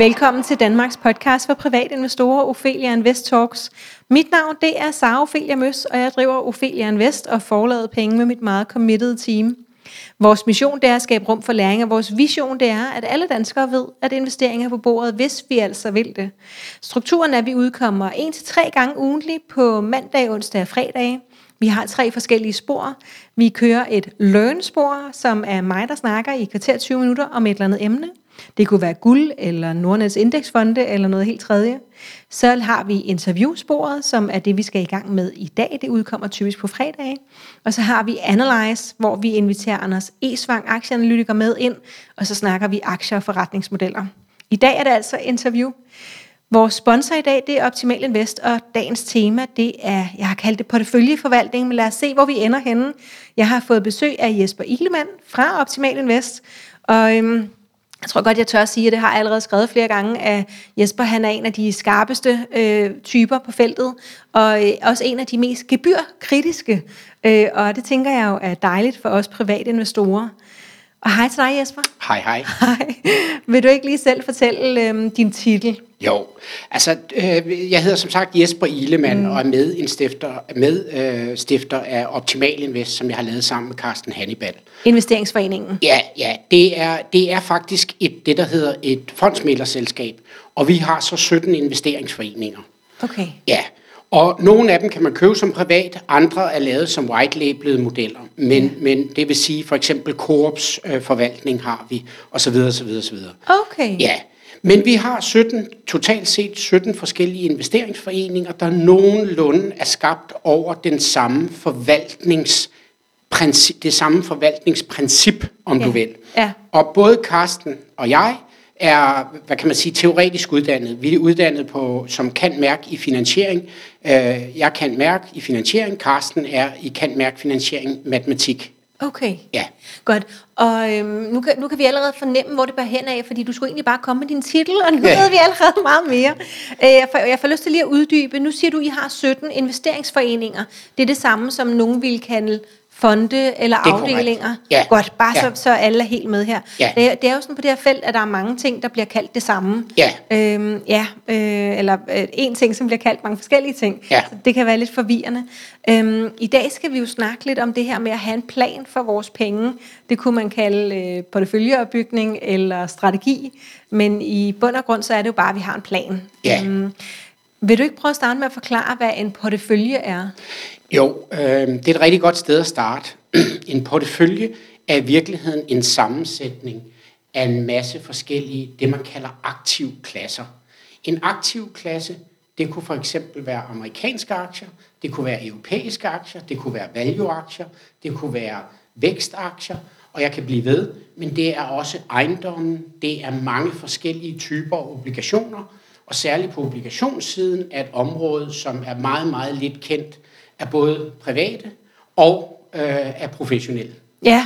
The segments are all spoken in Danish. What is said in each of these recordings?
Velkommen til Danmarks podcast for privatinvestorer, Ophelia Invest Talks. Mit navn det er Sara Ophelia Møs, og jeg driver Ophelia Invest og forlader penge med mit meget committed team. Vores mission det er at skabe rum for læring, og vores vision det er, at alle danskere ved, at investeringer er på bordet, hvis vi altså vil det. Strukturen er, at vi udkommer 1-3 gange ugentligt på mandag, onsdag og fredag. Vi har 3 forskellige spor. Vi kører et learn-spor, som er mig, der snakker i kvarter 20 minutter om et eller andet emne. Det kunne være guld, eller Nordnets indeksfonde, eller noget helt tredje. Så har vi interviewsporet, som er det, vi skal i gang med i dag. Det udkommer typisk på fredag. Og så har vi Analyze, hvor vi inviterer Anders Esvang, aktieanalytiker, med ind, og så snakker vi aktier og forretningsmodeller. I dag er det altså interview. Vores sponsor i dag, det er Optimal Invest, og dagens tema, det er, jeg har kaldt det porteføljeforvaltning, men lad os se, hvor vi ender henne. Jeg har fået besøg af Jesper Ihlemann fra Optimal Invest, og jeg tror godt, jeg tør at sige, at det har jeg allerede skrevet flere gange, at Jesper han er en af de skarpeste typer på feltet, og også en af de mest gebyrkritiske, og det tænker jeg jo er dejligt for os private investorer. Og hej til dig, Jesper. Hej. Hej. Vil du ikke lige selv fortælle din titel? Jo, altså jeg hedder som sagt Jesper Ihlemann og er medstifter af Optimal Invest, som jeg har lavet sammen med Carsten Hannibal. Investeringsforeningen. Ja, det er faktisk det, der hedder et fondsmæglerselskab, og vi har så 17 investeringsforeninger. Okay. Ja, og nogle af dem kan man købe som privat, andre er lavet som white-labelede modeller, men det vil sige for eksempel Coops forvaltning har vi, osv. Okay. Ja. Men vi har totalt set 17 forskellige investeringsforeninger, der nogenlunde er skabt over det samme forvaltningsprincip, om du vil. Ja. Og både Carsten og jeg er, teoretisk uddannet. Vi er uddannet som kan-mærk i finansiering. Jeg kan mærke i finansiering. Carsten er i kan-mærk finansiering matematik. Okay, ja. Godt. Og nu kan vi allerede fornemme, hvor det bærer hen af, fordi du skulle egentlig bare komme med din titel, og nu ved vi allerede meget mere. Jeg får lyst til lige at uddybe. Nu siger du, at I har 17 investeringsforeninger. Det er det samme, som nogen ville kalde fonde eller afdelinger. Ja. Godt, bare så alle er helt med her. Ja. Det er jo sådan på det her felt, at der er mange ting, der bliver kaldt det samme. Ja. Eller en ting, som bliver kaldt mange forskellige ting. Ja. Så det kan være lidt forvirrende. I dag skal vi jo snakke lidt om det her med at have en plan for vores penge. Det kunne man kalde porteføljeopbygning eller strategi. Men i bund og grund, så er det jo bare, at vi har en plan. Ja. Vil du ikke prøve at starte med at forklare, hvad en portefølje er? Jo, det er et rigtig godt sted at starte. En portefølje er i virkeligheden en sammensætning af en masse forskellige, det man kalder aktivklasser. En aktivklasse, det kunne for eksempel være amerikanske aktier, det kunne være europæiske aktier, det kunne være value-aktier, det kunne være vækstaktier, og jeg kan blive ved, men det er også ejendommen, det er mange forskellige typer obligationer, og særligt på obligationssiden er et område, som er meget, meget lidt kendt af både private og af professionelle. Ja,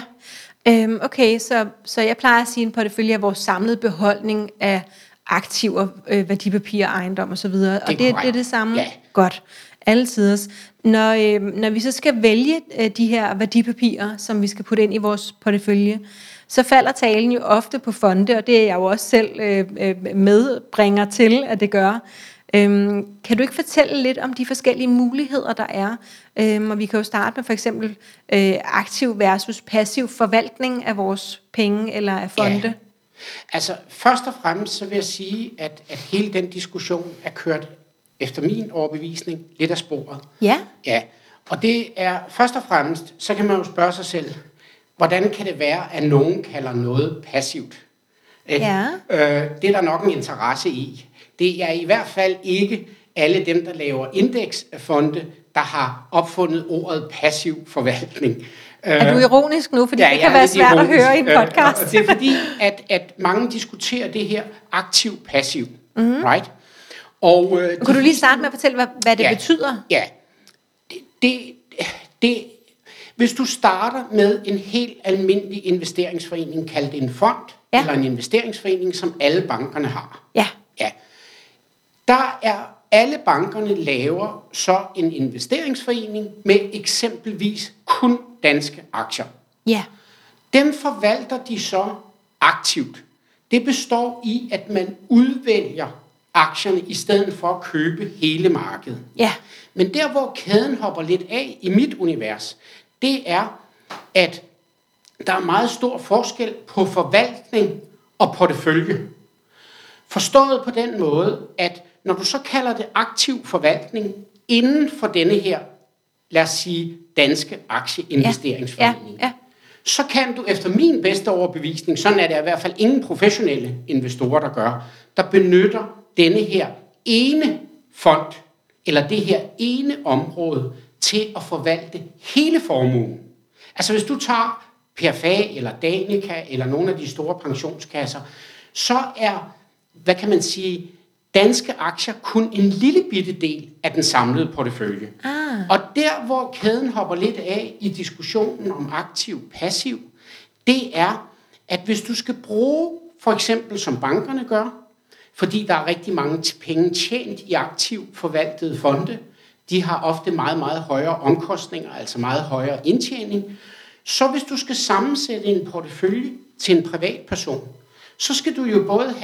okay, så jeg plejer at sige, en portefølje er vores samlede beholdning af aktiver, værdipapirer, ejendom og så videre. Og det er det samme? Ja. Godt. Alle tiders. Når vi så skal vælge de her værdipapirer, som vi skal putte ind i vores portefølje, så falder talen jo ofte på fonde, og det er jeg jo også selv medbringer til, at det gør. Kan du ikke fortælle lidt om de forskellige muligheder, der er? Og vi kan jo starte med for eksempel aktiv versus passiv forvaltning af vores penge eller af fonde. Ja. Altså først og fremmest så vil jeg sige, at hele den diskussion er kørt efter min overbevisning lidt af sporet. Ja. Ja. Og det er først og fremmest, så kan man jo spørge sig selv, hvordan kan det være, at nogen kalder noget passivt? Ja. Det er der nok en interesse i. Det er i hvert fald ikke alle dem, der laver indeksfonde, der har opfundet ordet passiv forvaltning. Er du ironisk nu? Fordi det kan være svært at høre i en podcast. Det er fordi, at mange diskuterer det her aktiv-passiv. Mm-hmm. Right? Og, kunne du lige starte med at fortælle, hvad det betyder? Ja. Hvis du starter med en helt almindelig investeringsforening, kaldt en fond, eller en investeringsforening, som alle bankerne har. Ja. Der er alle bankerne laver så en investeringsforening med eksempelvis kun danske aktier. Ja. Dem forvalter de så aktivt. det består i, at man udvælger aktierne i stedet for at købe hele markedet. Ja. Men der, hvor kæden hopper lidt af i mit univers, det er, at der er meget stor forskel på forvaltning og portefølje. Forstået på den måde, at når du så kalder det aktiv forvaltning inden for denne her, lad os sige, danske aktieinvesteringsforening, så kan du efter min bedste overbevisning, sådan er det i hvert fald ingen professionelle investorer, der gør, der benytter denne her ene fond, eller det her ene område, til at forvalte hele formuen. Altså hvis du tager PFA eller Danica eller nogle af de store pensionskasser, så er, hvad kan man sige, danske aktier kun en lille bitte del af den samlede portefølje. Og der, hvor kæden hopper lidt af i diskussionen om aktiv-passiv, det er, at hvis du skal bruge, for eksempel som bankerne gør, fordi der er rigtig mange penge tjent i aktivt forvaltede fonde, de har ofte meget, meget højere omkostninger, altså meget højere indtjening, så hvis du skal sammensætte en portefølje til en privatperson, så skal du jo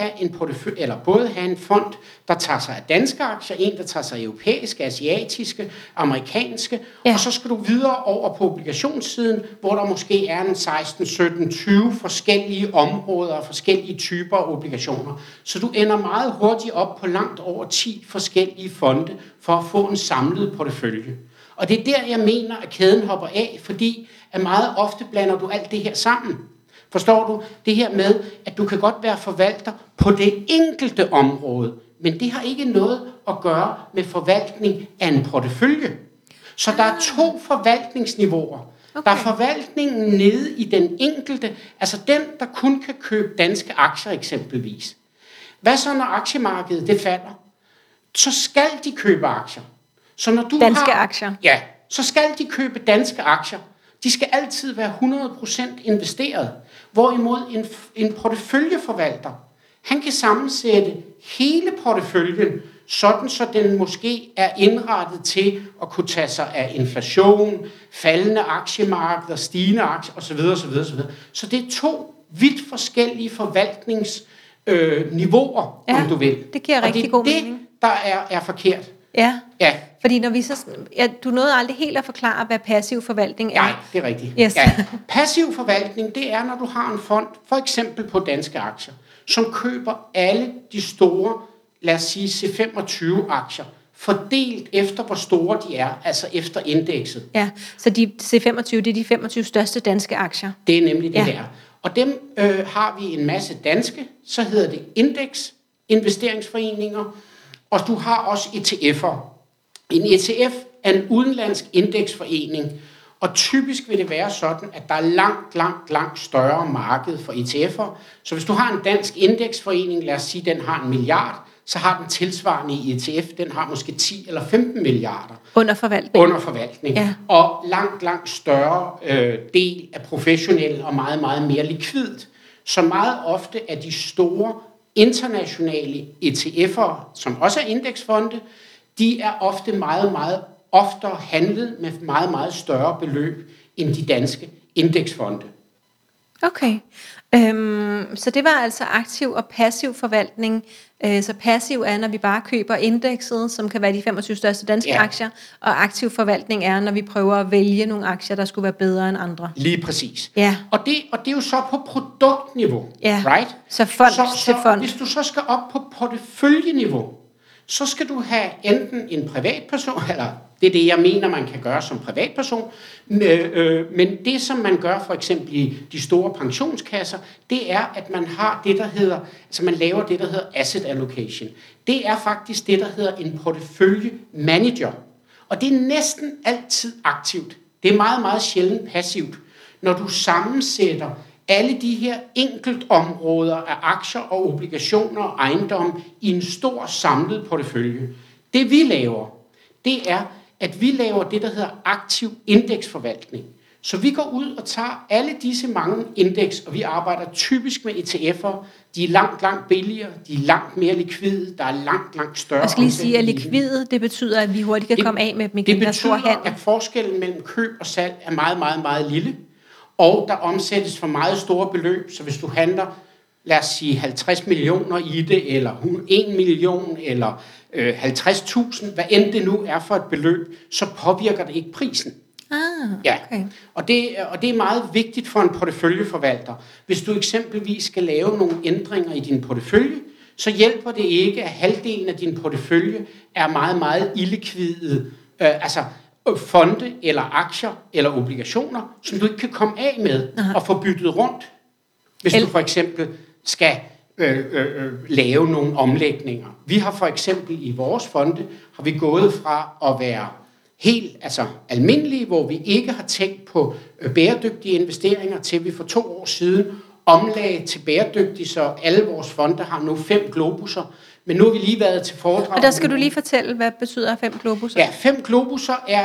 både have en fond, der tager sig af danske aktier, en, der tager sig af europæiske, asiatiske, amerikanske, og så skal du videre over på obligationssiden, hvor der måske er en 16, 17, 20 forskellige områder og forskellige typer af obligationer. Så du ender meget hurtigt op på langt over 10 forskellige fonde for at få en samlet portefølje. Og det er der, jeg mener, at kæden hopper af, fordi at meget ofte blander du alt det her sammen. Forstår du det her med, at du kan godt være forvalter på det enkelte område, men det har ikke noget at gøre med forvaltning af en portefølje. Så der er 2 forvaltningsniveauer. Okay. Der er forvaltningen nede i den enkelte, altså den, der kun kan købe danske aktier eksempelvis. Hvad så, når aktiemarkedet det falder? Så skal de købe aktier. Så når du danske aktier? Ja, så skal de købe danske aktier. De skal altid være 100% investeret. Hvorimod en porteføljeforvalter, han kan sammensætte hele porteføljen, sådan så den måske er indrettet til at kunne tage sig af inflation, faldende aktiemarkeder, stigende aktier osv. osv. Så det er 2 vidt forskellige forvaltningsniveauer, om du vil. Det giver rigtig god mening. Det, der er forkert. Ja. Fordi når vi så, du nåede aldrig helt at forklare, hvad passiv forvaltning er. Nej, det er rigtigt. Yes. Ja. Passiv forvaltning, det er, når du har en fond, for eksempel på danske aktier, som køber alle de store, lad os sige C25-aktier, fordelt efter, hvor store de er, altså efter indekset. Ja, så de C25, det er de 25 største danske aktier. Det er nemlig det der. Og dem har vi en masse danske, så hedder det indeksinvesteringsforeninger, og du har også ETF'er. En ETF er en udenlandsk indeksforening, og typisk vil det være sådan, at der er langt større marked for ETF'er. Så hvis du har en dansk indeksforening, lad os sige, den har 1 milliard, så har den tilsvarende i ETF, den har måske 10 eller 15 milliarder. Under forvaltning. Ja. Og langt større del af professionelle og meget, meget mere likvidt. Så meget ofte er de store internationale ETF'er, som også er indeksfonde, de er ofte meget oftere handlet med meget, meget større beløb end de danske indeksfonde. Okay. Så det var altså aktiv og passiv forvaltning. Så passiv er, når vi bare køber indekset, som kan være de 25 største danske aktier, og aktiv forvaltning er, når vi prøver at vælge nogle aktier, der skulle være bedre end andre. Lige præcis. Ja. Og det er jo så på produktniveau, right? Så fond til fond. Hvis du så skal op på porteføljeniveau, så skal du have enten en privatperson, eller det er det, jeg mener, man kan gøre som privatperson, men det, som man gør for eksempel i de store pensionskasser, det er, at man har det, der hedder, altså man laver det, der hedder asset allocation. Det er faktisk det, der hedder en porteføljemanager. Og det er næsten altid aktivt. Det er meget, meget sjældent passivt. Når du sammensætter alle de her enkeltområder af aktier og obligationer og ejendom i en stor samlet portefølje. Det vi laver, det er, at vi laver det, der hedder aktiv indeksforvaltning. Så vi går ud og tager alle disse mange indeks, og vi arbejder typisk med ETF'er. De er langt billigere, de er langt mere likvide, der er langt større. Jeg skal lige sige, at likvide, det betyder, at vi hurtigt kan komme af med dem igen. Det betyder, at forskellen mellem køb og salg er meget lille, og der omsættes for meget store beløb, så hvis du handler lad os sige 50 millioner i det, eller 1 million, eller 50.000, hvad end det nu er for et beløb, så påvirker det ikke prisen. Okay. Ja, og det er meget vigtigt for en porteføljeforvalter. Hvis du eksempelvis skal lave nogle ændringer i din portefølje, så hjælper det ikke, at halvdelen af din portefølje er meget, meget illikvide, altså fonde eller aktier eller obligationer, som du ikke kan komme af med og få byttet rundt. Hvis du for eksempel skal lave nogle omlægninger. Vi har for eksempel i vores fonde, har vi gået fra at være helt almindelige, hvor vi ikke har tænkt på bæredygtige investeringer, til vi for 2 år siden omlagde til bæredygtige, så alle vores fonde har nu 5 globusser. Men nu har vi lige været til foredrag. Og der skal du lige fortælle, hvad betyder 5 globusser? Ja, 5 globusser er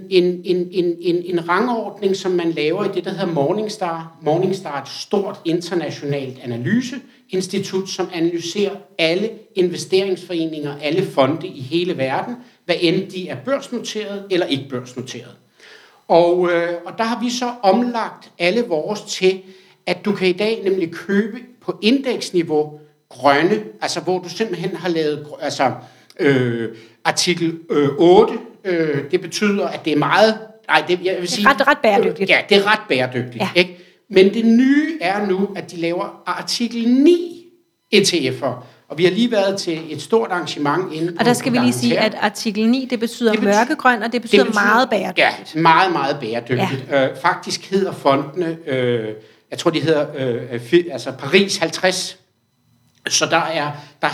en rangordning, som man laver i det, der hedder Morningstar. Morningstar er et stort internationalt analyseinstitut, som analyserer alle investeringsforeninger, alle fonde i hele verden, hvad end de er børsnoteret eller ikke børsnoteret. Og der har vi så omlagt alle vores til, at du kan i dag nemlig købe på indeksniveau grønne, altså hvor du simpelthen har lavet artikel 8, det betyder, at det er meget... jeg vil sige, ret bæredygtigt. Ja, det er ret bæredygtigt. Ja. Ikke? Men det nye er nu, at de laver artikel 9 ETF'er. Og vi har lige været til et stort arrangement inde på. Og der skal vi lige sige, at artikel 9, det betyder mørkegrøn, og det betyder meget bæredygtigt. Ja, meget, meget bæredygtigt. Ja. Faktisk hedder fondene, jeg tror de hedder Paris 50. Så der er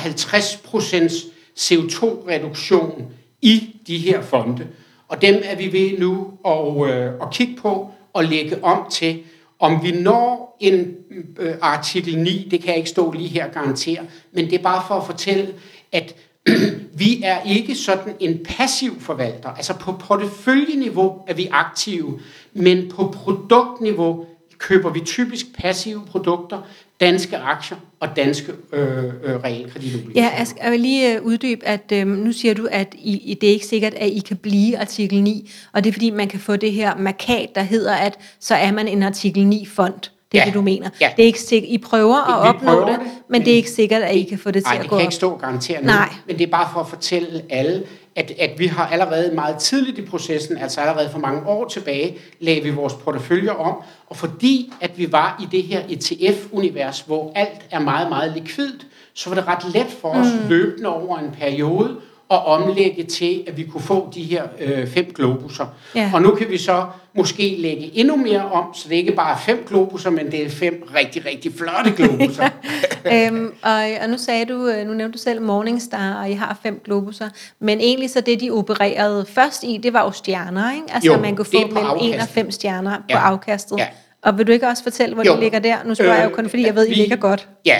50% CO2-reduktion i de her fonde. Og dem er vi ved nu at kigge på og lægge om til, om vi når en artikel 9, det kan jeg ikke stå lige her og garantere, men det er bare for at fortælle, at vi er ikke sådan en passiv forvalter. Altså på porteføljeniveau er vi aktive, men på produktniveau køber vi typisk passive produkter, danske aktier og danske realkreditobligationer. Ja, jeg vil lige uddybe, at nu siger du, at det er ikke sikkert, at I kan blive artikel 9, og det er fordi, man kan få det her markat, der hedder, at så er man en artikel 9-fond. Det er det, du mener. Ja. Det er ikke sikkert, I prøver at opnå det, men det er ikke sikkert, at I kan få det til at gå op. Nej, det kan ikke stå og garantere nu, men det er bare for at fortælle alle, at vi har allerede meget tidligt i processen, altså allerede for mange år tilbage, lagde vi vores porteføljer om, og fordi at vi var i det her ETF-univers, hvor alt er meget, meget likvidt, så var det ret let for os løbende over en periode at omlægge til, at vi kunne få de her 5 globusser. Ja. Og nu kan vi så måske lægge endnu mere om, så det ikke bare er 5 globusser, men det er 5 rigtig, rigtig flotte globusser. Og nu sagde du, nu nævnte du selv Morningstar, og I har 5 globusser, men egentlig så det, de opererede først i, det var jo stjerner, ikke? Altså man kunne få mellem 1 og 5 stjerner på afkastet. Ja. Og vil du ikke også fortælle, hvor de ligger der? Nu spørger jeg jo kun, fordi jeg ved, I ligger godt. Ja,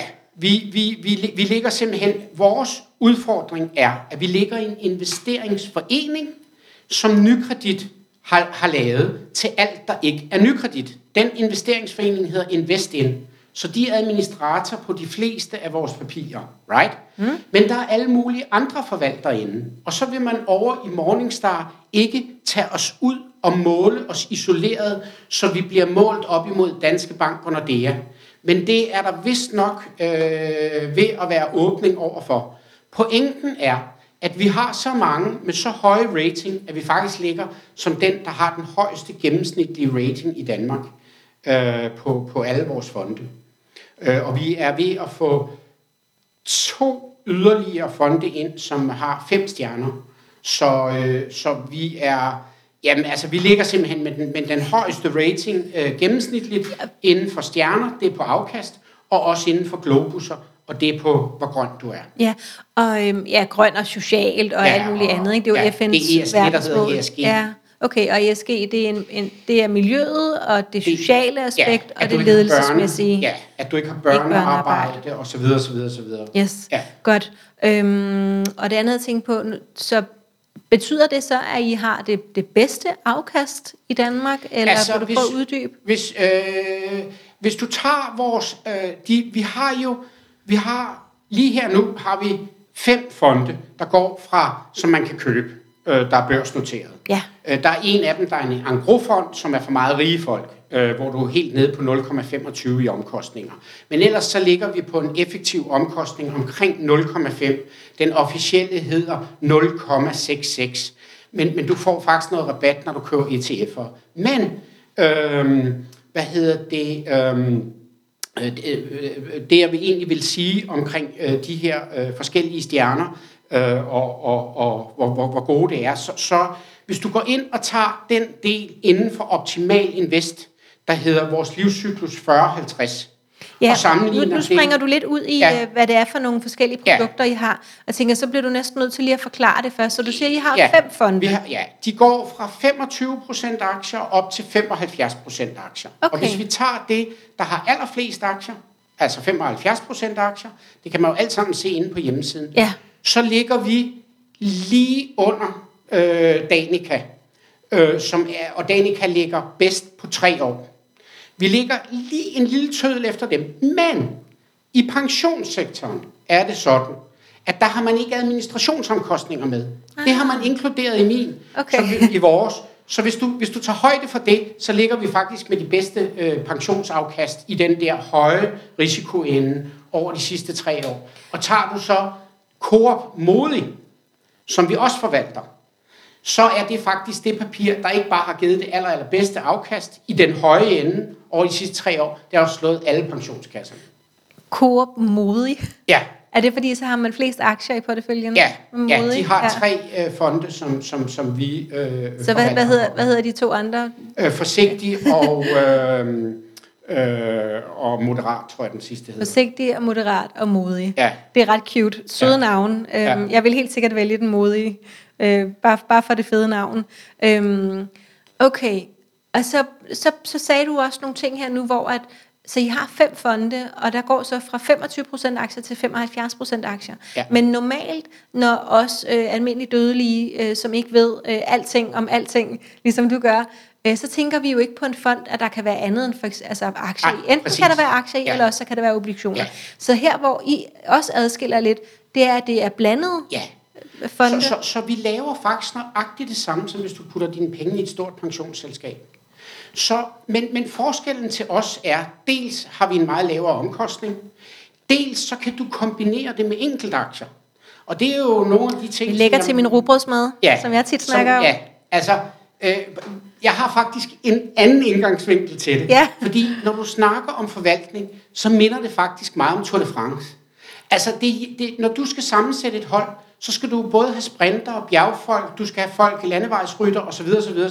vi ligger simpelthen, vores udfordring er, at vi ligger i en investeringsforening, som Nykredit har lavet til alt, der ikke er Nykredit. Den investeringsforening hedder Investin, så de er administrator på de fleste af vores papirer, right? Men der er alle mulige andre forvaltere inde, og så vil man over i Morningstar ikke tage os ud og måle os isoleret, så vi bliver målt op imod Danske Bank og Nordea. Men det er der vist nok ved at være åbning overfor. Pointen er, at vi har så mange med så høje rating, at vi faktisk ligger som den, der har den højeste gennemsnitlige rating i Danmark på alle vores fonde. Og vi er ved at få 2 yderligere fonde ind, som har 5 stjerner. Så vi er... Jamen, altså, vi ligger simpelthen med den højeste rating gennemsnitligt inden for stjerner, det er på afkast, og også inden for globusser, og det er på, hvor grøn du er. Ja, og grøn og socialt og alt muligt andet, ikke? Det er jo FN's verdensmål. Det er ESG. Ja, okay, og ESG, det er miljøet, og det sociale aspekt, og det ledelsesmæssige. Ja, at du ikke har børnearbejde, og så videre, så videre, så videre. Yes, godt. Og det andet jeg tænker på, så betyder det så, at I har det bedste afkast i Danmark, eller vil du prøve at uddybe? Hvis du tager vores... vi har lige her nu har vi 5 fonde, der går fra, som man kan købe. der er børsnoteret. Ja. Der er en af dem, der er en engrosfond, som er for meget rige folk, hvor du er helt nede på 0,25 i omkostninger. Men ellers så ligger vi på en effektiv omkostning omkring 0,5. Den officielle hedder 0,66. Men du får faktisk noget rabat, når du køber ETF'er. Men, det jeg egentlig vil sige omkring de her forskellige stjerner, og hvor gode det er, så hvis du går ind og tager den del inden for Optimal Invest, der hedder vores livscyklus 40-50, ja, og sammenligner nu springer du lidt ud i, hvad det er for nogle forskellige produkter, I har. Og tænker, så bliver du næsten nødt til lige at forklare det først. Så du siger, I har 5 fonde. De går fra 25% aktier op til 75% aktier. Okay. Og hvis vi tager det, der har allerflest aktier, altså 75% aktier, det kan man jo alt sammen se inde på hjemmesiden, så ligger vi lige under Danica, og Danica ligger bedst på 3 år. Vi ligger lige en lille tøddel efter dem, men i pensionssektoren er det sådan, at der har man ikke administrationsomkostninger med. Det har man inkluderet i min, i vores. Så hvis du tager højde for det, så ligger vi faktisk med de bedste pensionsafkast i den der høje risikoende over de sidste 3 år. Og tager du så Coop Modig, som vi også forvalter, så er det faktisk det papir, der ikke bare har givet det allerbedste afkast i den høje ende over de sidste 3 år. Det har også slået alle pensionskasserne. Coop Modig? Ja. Er det fordi, så har man flest aktier i porteføljen? Ja, de har 3 fonde, som vi så hvad hedder de 2 andre? Forsigtig og moderat, tror jeg den sidste hedder. Forsigtig og moderat og modig. Ja. Det er ret cute. Søde navn. Jeg vil helt sikkert vælge den modige. Bare for det fede navn. Okay. Og så sagde du også nogle ting her nu, hvor så I har 5 fonde, og der går så fra 25% aktier til 75% aktier. Ja. Men normalt, når os almindelige dødelige, som ikke ved alting om alting, ligesom du gør, så tænker vi jo ikke på en fond, at der kan være andet end aktier i. Enten kan der være aktier i, eller også så kan der være obligationer. Ja. Så her, hvor I også adskiller lidt, det er, at det er blandet. Ja. Så vi laver faktisk nøjagtigt det samme, som hvis du putter dine penge i et stort pensionsselskab. Men forskellen til os er, dels har vi en meget lavere omkostning, dels så kan du kombinere det med enkeltaktier. Og det er jo nogle af de ting... Vi lægger til min rugbrødsmad, som jeg tit snakker om. Ja, altså... jeg har faktisk en anden indgangsvinkel til det. Ja. Fordi når du snakker om forvaltning, så minder det faktisk meget om Tour de France. Altså, når du skal sammensætte et hold, så skal du både have sprinter og bjergfolk, du skal have folk, landevejsrytter osv.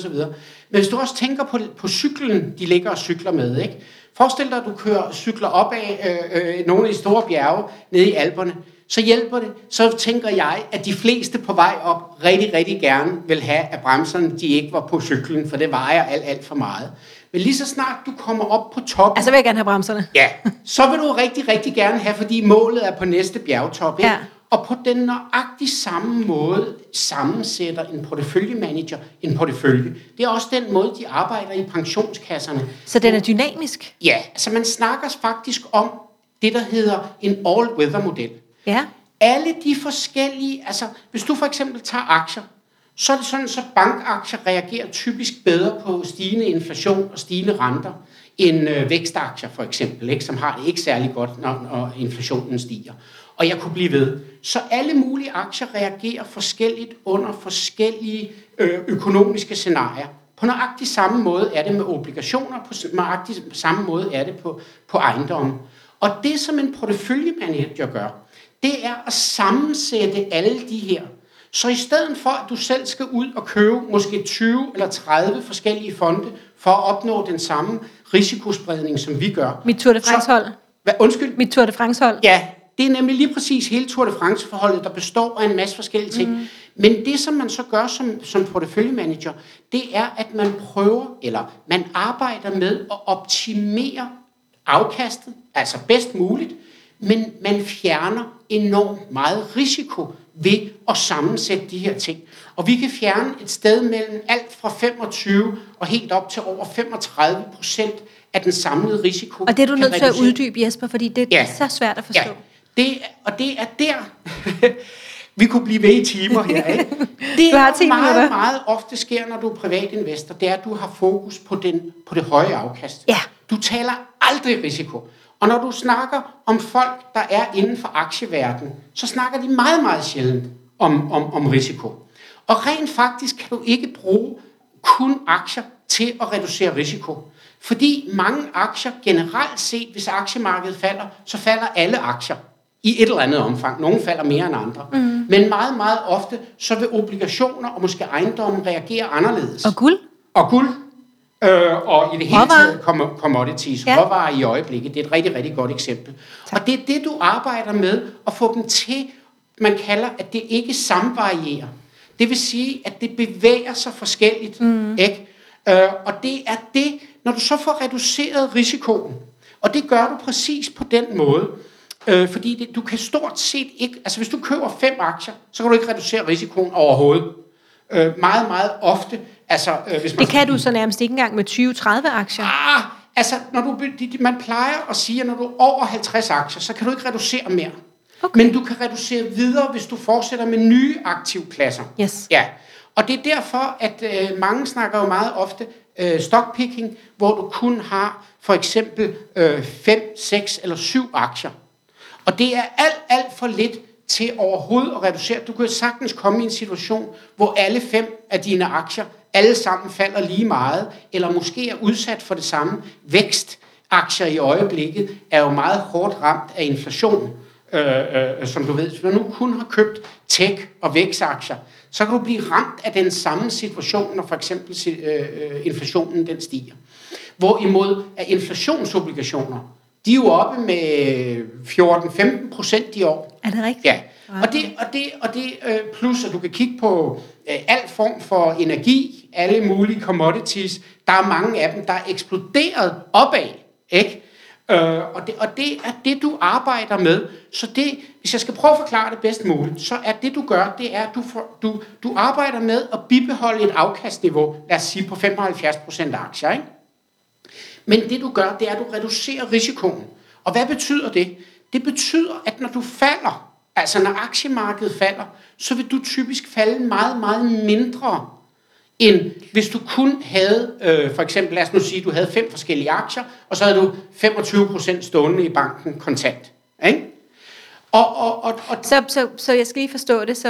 Men hvis du også tænker på cyklen, de ligger og cykler med, ikke? Forestil dig, at du cykler op af nogle af de store bjerge nede i Alperne, så hjælper det. Så tænker jeg, at de fleste på vej op rigtig, rigtig gerne vil have, at bremserne de ikke var på cyklen, for det vejer alt for meget. Men lige så snart du kommer op på toppen... Altså vil jeg gerne have bremserne. Ja, så vil du rigtig, rigtig gerne have, fordi målet er på næste bjergtop. Ikke? Ja. Og på den nøjagtig samme måde sammensætter en porteføljemanager en portefølje. Det er også den måde, de arbejder i pensionskasserne. Så den er dynamisk? Ja, altså man snakker faktisk om det, der hedder en all-weather-model. Ja. Alle de forskellige, altså hvis du for eksempel tager aktier, så er det sådan, så bankaktier reagerer typisk bedre på stigende inflation og stigende renter, end vækstaktier for eksempel, ikke, som har det ikke særlig godt, når inflationen stiger. Og jeg kunne blive ved. Så alle mulige aktier reagerer forskelligt under forskellige økonomiske scenarier. På nøjagtig samme måde er det med obligationer, på nøjagtig samme måde er det på ejendomme. Og det, som en porteføljemanager gør, det er at sammensætte alle de her. Så i stedet for, at du selv skal ud og købe måske 20 eller 30 forskellige fonde for at opnå den samme risikospredning, som vi gør. Mit Tour de France-hold. Undskyld? Mit Tour de France-hold. Ja, det er nemlig lige præcis hele Tour de France-forholdet, der består af en masse forskellige ting. Men det, som man så gør som porteføljemanager, det er, at man prøver, eller man arbejder med at optimere afkastet, altså bedst muligt, men man fjerner enormt meget risiko ved at sammensætte de her ting. Og vi kan fjerne et sted mellem alt fra 25 og helt op til over 35% af den samlede risiko. Og det er du nødt til at uddybe, Jesper, fordi det er så svært at forstå. Ja, det er der, Vi kunne blive ved i timer her, ikke? Det, Du har 10 minutter. meget, meget ofte sker, når du er privatinvestor, det er, at du har fokus på det høje afkast. Ja. Du taler aldrig risiko. Og når du snakker om folk, der er inden for aktieverdenen, så snakker de meget, meget sjældent om risiko. Og rent faktisk kan du ikke bruge kun aktier til at reducere risiko. Fordi mange aktier generelt set, hvis aktiemarkedet falder, så falder alle aktier i et eller andet omfang. Nogle falder mere end andre. Men meget, meget ofte, så vil obligationer og måske ejendommen reagere anderledes. Og guld. Og guld. Og i det hele taget commodities. Ja. Råvarer i øjeblikket. Det er et rigtig, rigtig godt eksempel. Tak. Og det er det, du arbejder med, at få dem til, man kalder, at det ikke samvarierer. Det vil sige, at det bevæger sig forskelligt. Ikke? Og det er det, når du så får reduceret risikoen, og det gør du præcis på den måde, fordi du kan stort set ikke, altså hvis du køber 5 aktier, så kan du ikke reducere risikoen overhovedet. Meget, meget ofte, altså hvis man... Det kan du så nærmest ikke engang med 20-30 aktier. Altså når man plejer at sige, at når du er over 50 aktier, så kan du ikke reducere mere. Okay. Men du kan reducere videre, hvis du fortsætter med nye aktivklasser. Yes. Ja. Og det er derfor, at mange snakker jo meget ofte stockpicking, hvor du kun har for eksempel 5, 6 eller 7 aktier. Og det er alt for lidt til overhovedet at reducere. Du kan sagtens komme i en situation, hvor alle 5 af dine aktier alle sammen falder lige meget, eller måske er udsat for det samme. Vækstaktier i øjeblikket er jo meget hårdt ramt af inflation. Som du ved, hvis du nu kun har købt tech- og vækstaktier, så kan du blive ramt af den samme situation, når for eksempel inflationen den stiger. Hvorimod at inflationsobligationer, de er jo oppe med 14-15% i år. Er det rigtigt? Ja. Wow. Og det plus at du kan kigge på al form for energi, alle mulige commodities. Der er mange af dem, der er eksploderet opad, ikke? Og det er det, du arbejder med. Så det, hvis jeg skal prøve at forklare det bedst muligt, så er det, du gør, det er, at du arbejder med at bibeholde et afkastniveau, lad os sige på 75% af aktier, ikke? Men det, du gør, det er, at du reducerer risikoen. Og hvad betyder det? Det betyder, at når du falder, altså når aktiemarkedet falder, så vil du typisk falde meget, meget mindre, end hvis du kun havde, for eksempel, lad os nu sige, du havde 5 forskellige aktier, og så havde du 25% stående i banken kontant. Ikke? Så jeg skal lige forstå det,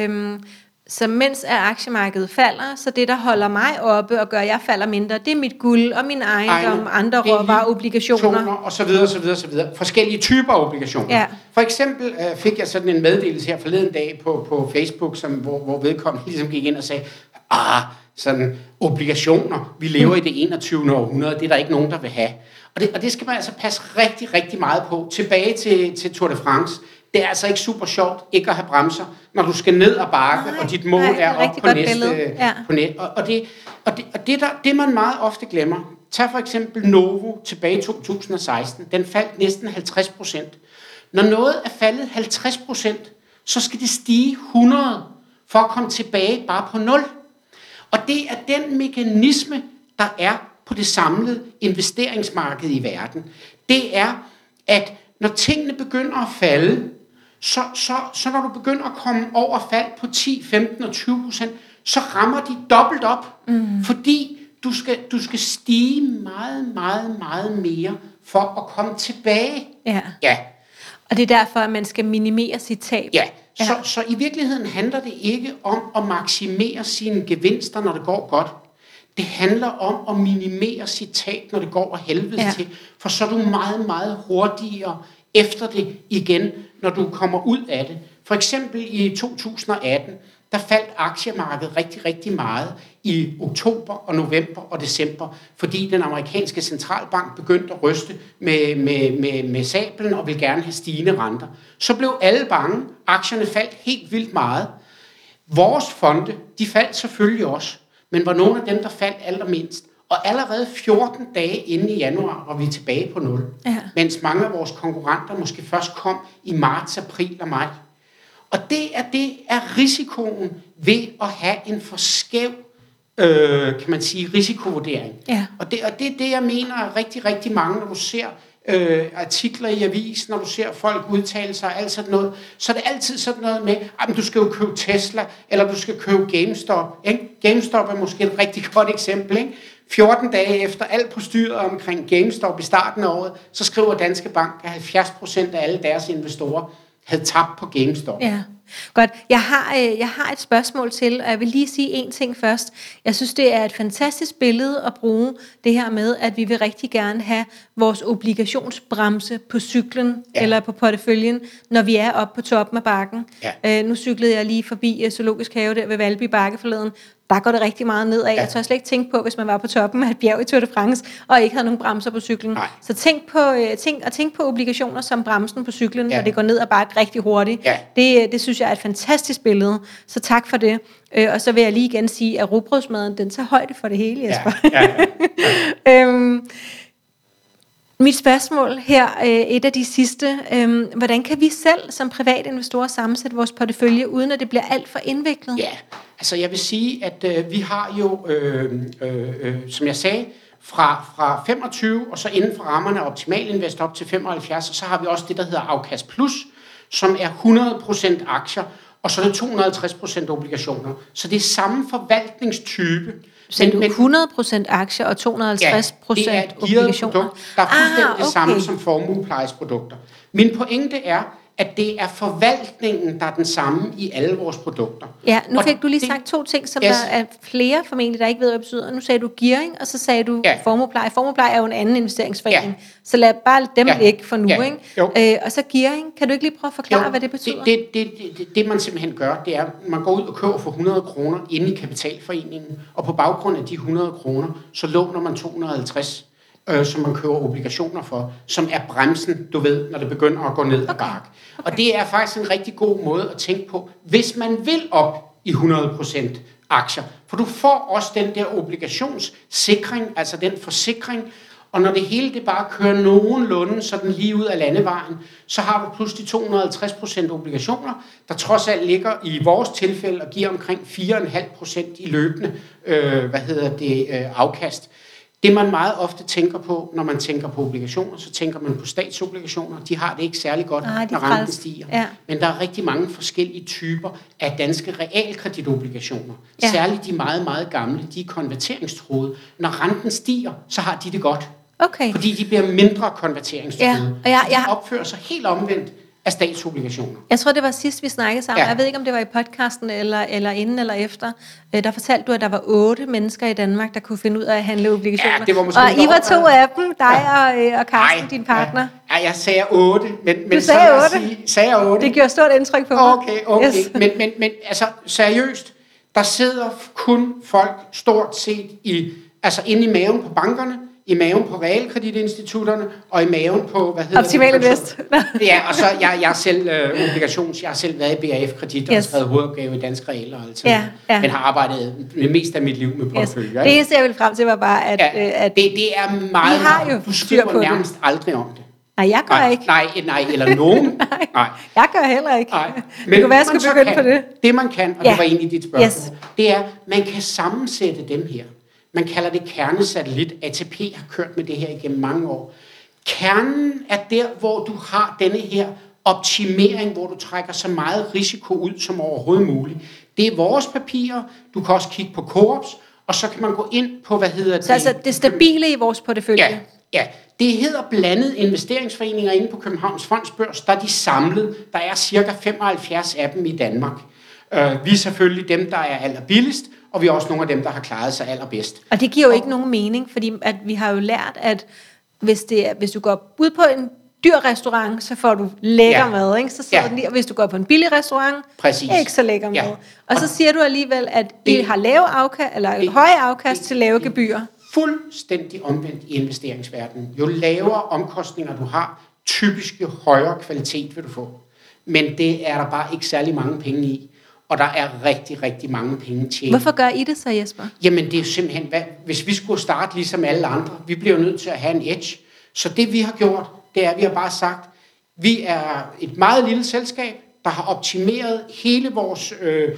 så mens aktiemarkedet falder, så det, der holder mig oppe og gør, at jeg falder mindre, det er mit guld og min ejendom, andre råvarer, obligationer. Og så videre. Forskellige typer af obligationer. Ja. For eksempel fik jeg sådan en meddelelse her forleden dag på Facebook, hvor vedkommende ligesom gik ind og sagde, sådan obligationer, vi lever i det 21. århundrede, det er der ikke nogen, der vil have. Og det skal man altså passe rigtig, rigtig meget på. Tilbage til Tour de France. Det er altså ikke super sjovt ikke at have bremser, når du skal ned ad bakke, og dit mål er op på næste. På net. Og det man meget ofte glemmer, tag for eksempel Novo tilbage i 2016, den faldt næsten 50%. Når noget er faldet 50%, så skal det stige 100 for at komme tilbage bare på 0. Og det er den mekanisme, der er på det samlede investeringsmarked i verden. Det er, at når tingene begynder at falde, så når du begynder at komme over fald på 10, 15 og 20%, så rammer de dobbelt op, fordi du skal stige meget, meget, meget mere for at komme tilbage. Ja. Og det er derfor, at man skal minimere sit tab. Ja. Så i virkeligheden handler det ikke om at maksimere sine gevinster, når det går godt. Det handler om at minimere sit tab, når det går af helvede til. For så er du meget, meget hurtigere efter det igen, når du kommer ud af det. For eksempel i 2018, der faldt aktiemarkedet rigtig, rigtig meget i oktober og november og december, fordi den amerikanske centralbank begyndte at ryste med sablen og ville gerne have stigende renter. Så blev alle bange. Aktierne faldt helt vildt meget. Vores fonde, de faldt selvfølgelig også, men var nogle af dem, der faldt allermindst. Og allerede 14 dage inde i januar var vi tilbage på 0. Ja. Mens mange af vores konkurrenter måske først kom i marts, april og maj. Og det er risikoen ved at have en for skæv, kan man sige, risikovurdering. Ja. Og det er det, jeg mener er rigtig, rigtig mange, når du ser artikler i avisen, når du ser folk udtale sig, alt sådan noget, så er det altid sådan noget med, at du skal jo købe Tesla, eller du skal købe GameStop. Ikke? GameStop er måske et rigtig godt eksempel. Ikke? 14 dage efter alt på styret omkring GameStop i starten af året, så skriver Danske Bank, at 70% af alle deres investorer havde tabt på GameStop. Ja. Godt. Jeg har et spørgsmål til, og jeg vil lige sige en ting først. Jeg synes, det er et fantastisk billede at bruge det her med, at vi vil rigtig gerne have vores obligationsbremse på cyklen eller på porteføljen, når vi er oppe på toppen af bakken. Ja. Nu cyklede jeg lige forbi Zoologisk Have der ved Valby Bakke forleden. Der går det rigtig meget nedad. Ja. Jeg tør slet ikke tænke på, hvis man var på toppen af et bjerg i Tour de France, og ikke havde nogen bremser på cyklen. Nej. Så tænk på obligationer som bremsen på cyklen, når det går ned ad bakke rigtig hurtigt. Ja. Det synes jeg er et fantastisk billede. Så tak for det. Og så vil jeg lige igen sige, at rugbrødsmaden, den tager højde for det hele, Jesper. Ja. Mit spørgsmål her, et af de sidste. Hvordan kan vi selv som private investorer sammensætte vores portefølje, uden at det bliver alt for indviklet? Ja, altså jeg vil sige, at vi har jo, som jeg sagde, fra 25 og så inden for rammerne af optimal invest op til 75, og så har vi også det, der hedder afkast plus, som er 100% aktier, og så er det 250% obligationer. Så det er samme forvaltningstype. Så du 100% aktier og 250% obligationer? det er et gearet produkt, der er fuldstændig det samme som formueplejesprodukter. Min pointe er, at det er forvaltningen, der er den samme i alle vores produkter. Ja, nu fik du lige sagt to ting, som der er flere formentlig, der ikke ved, hvad det betyder. Nu sagde du gearing, og så sagde du formuepleje. Formuepleje er jo en anden investeringsforening. Ja. Så lad bare dem ligge for nu. Ikke? Og så gearing, kan du ikke lige prøve at forklare, hvad det betyder? Det man simpelthen gør, det er, at man går ud og køber for 100 kroner inde i kapitalforeningen, og på baggrund af de 100 kroner, så låner man 250 som man køber obligationer for, som er bremsen, du ved, når det begynder at gå ned ad bakke. Okay. Og det er faktisk en rigtig god måde at tænke på, hvis man vil op i 100% aktier. For du får også den der obligationssikring, altså den forsikring, og når det hele det bare kører nogenlunde sådan lige ud af landevejen, så har du pludselig 250% obligationer, der trods alt ligger i vores tilfælde og giver omkring 4,5% i løbende afkast. Det man meget ofte tænker på, når man tænker på obligationer, så tænker man på statsobligationer. De har det ikke særlig godt, når renten stiger. Ja. Men der er rigtig mange forskellige typer af danske realkreditobligationer. Ja. Særligt de meget, meget gamle, de er konverteringstruede. Når renten stiger, så har de det godt. Okay. Fordi de bliver mindre konverteringstruede. Ja. Og de opfører sig helt omvendt af statsobligationer. Jeg tror, det var sidst, vi snakkede sammen. Ja. Jeg ved ikke, om det var i podcasten eller inden eller efter. Der fortalte du, at der var 8 mennesker i Danmark, der kunne finde ud af at handle obligationer. Ja, det var måske og I var 2 af dem, dig og Carsten, din partner. Ja, jeg sagde 8. Men du sagde 8? Det gjorde stort indtryk på mig. Okay. Yes. Men altså, seriøst, der sidder kun folk stort set inde i maven på bankerne, i maven på realkreditinstitutterne og i maven på, Optimal Invest. Ja, og så jeg er selv jeg har selv været i BRF-kredit og har skrevet hovedopgave i Dansk Realer altid. Ja. Men har arbejdet det meste af mit liv med portefølje. Det eneste, jeg ville frem til, var bare, at det er meget, du skriver nærmest aldrig om det. Nej, jeg gør ikke. Nej, eller nogen. Nej. Jeg gør heller ikke. Nej. Men det kunne være, at jeg skulle begynde på det. Det man kan, og det var egentlig dit spørgsmål, det er, man kan sammensætte dem her. Man kalder det kernesatellit. ATP har kørt med det her igennem mange år. Kernen er der, hvor du har denne her optimering, hvor du trækker så meget risiko ud som overhovedet muligt. Det er vores papirer. Du kan også kigge på Coops, og så kan man gå ind på, Så altså det stabile i vores portefølje? Ja. Det hedder blandet investeringsforeninger inde på Københavns Fondsbørs. Der er de samlet. Der er cirka 75 af dem i Danmark. Vi er selvfølgelig dem, der er allerbilligst, og vi er også nogle af dem, der har klaret sig allerbedst. Og det giver jo ikke nogen mening, fordi at vi har jo lært, at hvis du går ud på en dyr restaurant, så får du lækker mad, ikke? Så sidder den lige, og hvis du går på en billig restaurant, ikke så lækker mad. Og så siger du alligevel, at I har lave afkast, eller høje afkast til lave gebyrer. Fuldstændig omvendt i investeringsverdenen. Jo lavere omkostninger du har, typisk jo højere kvalitet vil du få. Men det er der bare ikke særlig mange penge i. Og der er rigtig, rigtig mange penge tjent. Hvorfor gør I det så, Jesper? Jamen det er jo simpelthen, hvis vi skulle starte ligesom alle andre, vi bliver nødt til at have en edge. Så det vi har gjort, det er, at vi har bare sagt, vi er et meget lille selskab, der har optimeret hele vores...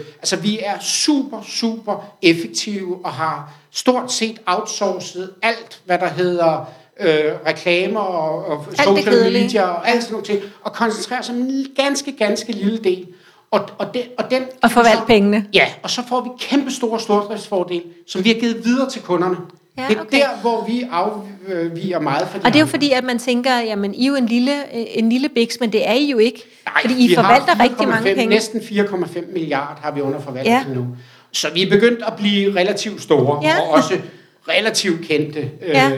vi er super, super effektive og har stort set outsourcet alt, hvad der hedder reklamer og social media og alt sådan nogle ting, og koncentrere sig om en ganske lille del. Og forvalte pengene. Ja, og så får vi kæmpe store stordriftsfordele, som vi har givet videre til kunderne. Ja, okay. Det er der, hvor vi afviger meget fra de Og det er jo fordi, at man tænker, jamen I er jo en lille biks, men det er I jo ikke. Nej, fordi I forvalter rigtig mange penge. Næsten 4,5 milliarder har vi under forvaltning nu. Så vi er begyndt at blive relativt store, og også relativt kendte.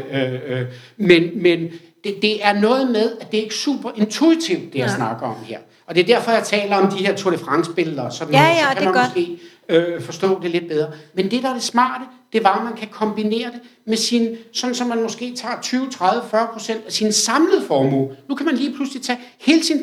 Men det er noget med, at det er ikke super intuitivt, det jeg snakker om her. Og det er derfor, jeg taler om de her Tour de France-billeder, så kan man måske forstå det lidt bedre. Men det, der er det smarte, det var, at man kan kombinere det med sin, sådan som man måske tager 20, 30, 40% af sin samlede formue. Nu kan man lige pludselig tage hele sin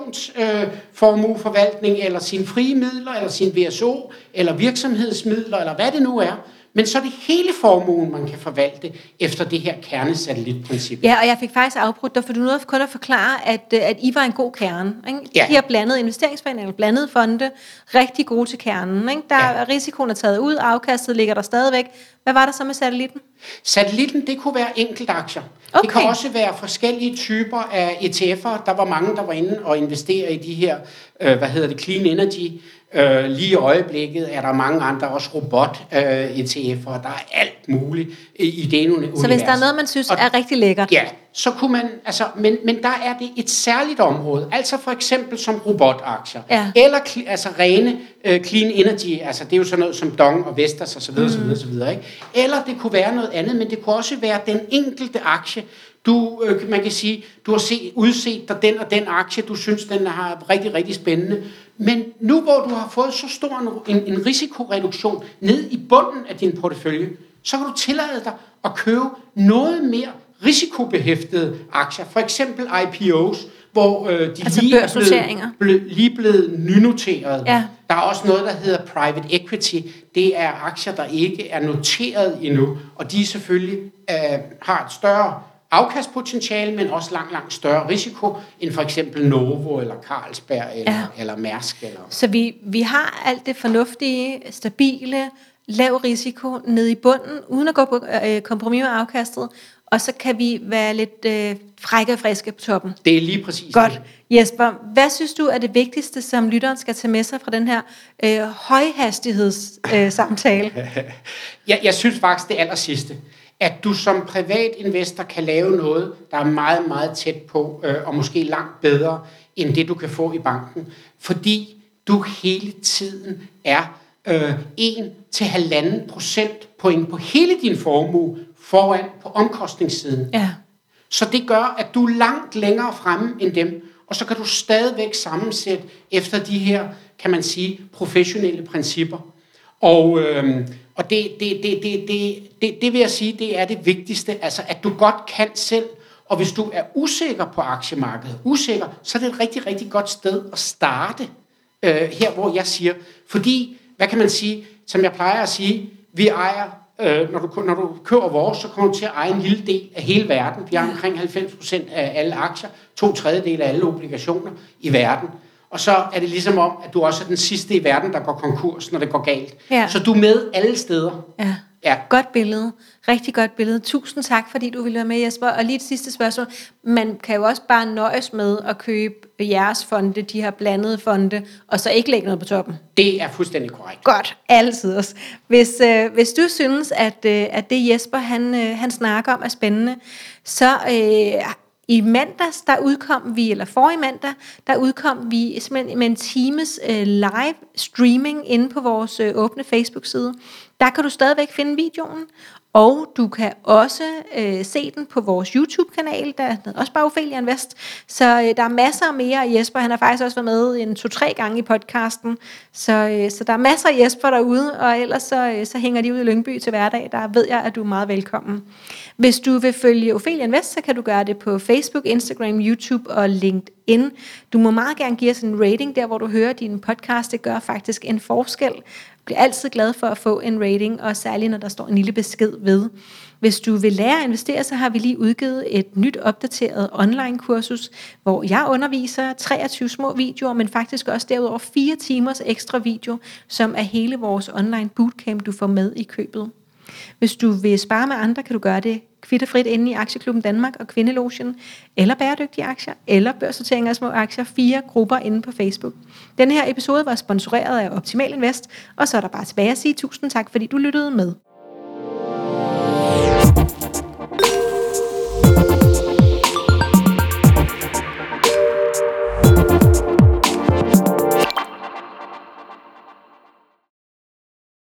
pensionsformueforvaltning, eller sine frie midler, eller sin VSO, eller virksomhedsmidler, eller hvad det nu er. Men så er det hele formuen, man kan forvalte efter det her kernesatellitprincip. Ja, og jeg fik faktisk afbrudt dig, for du nåede kun at forklare, at I var en god kerne. Ikke? Ja. De her blandede investeringsforeninger, eller blandede fonde, rigtig gode til kernen. Ikke? Risikoen er taget ud, afkastet ligger der stadigvæk. Hvad var der så med satellitten? Satellitten, det kunne være enkeltaktier. Okay. Det kan også være forskellige typer af ETF'er. Der var mange, der var inde og investere i de her, clean energy. Lige i øjeblikket er der mange andre, også robot-ETF'er. Der er alt muligt i det univers. Så hvis der er noget, man synes er rigtig lækkert? Ja, så kunne man, men der er det et særligt område. Altså for eksempel som robotaktier. Ja. Eller rene clean energy. Altså det er jo sådan noget som Dong og Vestas osv. Ikke? Eller det kunne være noget andet, men det kunne også være den enkelte aktie. Man kan sige, du har udset dig den og den aktie, du synes, den er rigtig, rigtig spændende. Men nu hvor du har fået så stor en risikoreduktion ned i bunden af din portefølje, så kan du tillade dig at købe noget mere risikobehæftede aktier. For eksempel IPOs, hvor de lige er blevet nynoteret. Ja. Der er også noget, der hedder private equity. Det er aktier, der ikke er noteret endnu, og de selvfølgelig har et større afkastpotentiale, men også langt større risiko, end for eksempel Novo, eller Carlsberg, eller Mærsk. Eller. Så vi har alt det fornuftige, stabile, lav risiko nede i bunden, uden at gå på kompromis med afkastet, og så kan vi være lidt frække og friske på toppen. Det er lige præcis. Godt. Jesper, hvad synes du er det vigtigste, som lytteren skal tage med sig fra den her højhastighedssamtale? Jeg synes faktisk det aller sidste, at du som privat investor kan lave noget, der er meget, meget tæt på, og måske langt bedre, end det du kan få i banken. Fordi du hele tiden er 1-1,5 procentpoint på hele din formue foran på omkostningssiden. Ja. Så det gør, at du er langt længere fremme end dem, og så kan du stadigvæk sammensætte efter de her, kan man sige, professionelle principper. Og det vil jeg sige, det er det vigtigste, altså at du godt kan selv, og hvis du er usikker på aktiemarkedet, så er det et rigtig, rigtig godt sted at starte, her hvor jeg siger, fordi, hvad kan man sige, som jeg plejer at sige, vi ejer, når du køber vores, så kommer du til at eje en lille del af hele verden. Vi har omkring 90% af alle aktier, 2/3 af alle obligationer i verden. Og så er det ligesom om, at du også er den sidste i verden, der går konkurs, når det går galt. Ja. Så du er med alle steder. Ja. Ja. Godt billede. Rigtig godt billede. Tusind tak, fordi du ville være med, Jesper. Og lige et sidste spørgsmål. Man kan jo også bare nøjes med at købe jeres fonde, de her blandede fonde, og så ikke lægge noget på toppen. Det er fuldstændig korrekt. Godt. Altid også. Hvis du synes, at det Jesper han snakker om er spændende, så i mandags, der udkom vi, eller forrige mandag, der udkom vi simpelthen med en times live streaming inde på vores åbne Facebook-side. Der kan du stadigvæk finde videoen, og du kan også se den på vores YouTube-kanal, der er også bare Ophelia Invest. Så der er masser mere af Jesper. Han har faktisk også været med en 2-3 gange i podcasten. Så der er masser af Jesper derude, og ellers så hænger de ud i Lyngby til hverdag. Der ved jeg, at du er meget velkommen. Hvis du vil følge Ophelia Invest, så kan du gøre det på Facebook, Instagram, YouTube og LinkedIn. Du må meget gerne give os en rating der, hvor du hører din podcast. Det gør faktisk en forskel. Jeg bliver altid glad for at få en rating, og særligt når der står en lille besked ved. Hvis du vil lære at investere, så har vi lige udgivet et nyt opdateret online-kursus, hvor jeg underviser 23 små videoer, men faktisk også derudover 4 timers ekstra video, som er hele vores online bootcamp, du får med i købet. Hvis du vil spare med andre, kan du gøre det kvitterfrit inde i Aktieklubben Danmark og Kvindelogen, eller bæredygtige aktier, eller børsnotering af små aktier. 4 grupper inde på Facebook. Den her episode var sponsoreret af Optimal Invest, og så er der bare tilbage at sige tusind tak, fordi du lyttede med.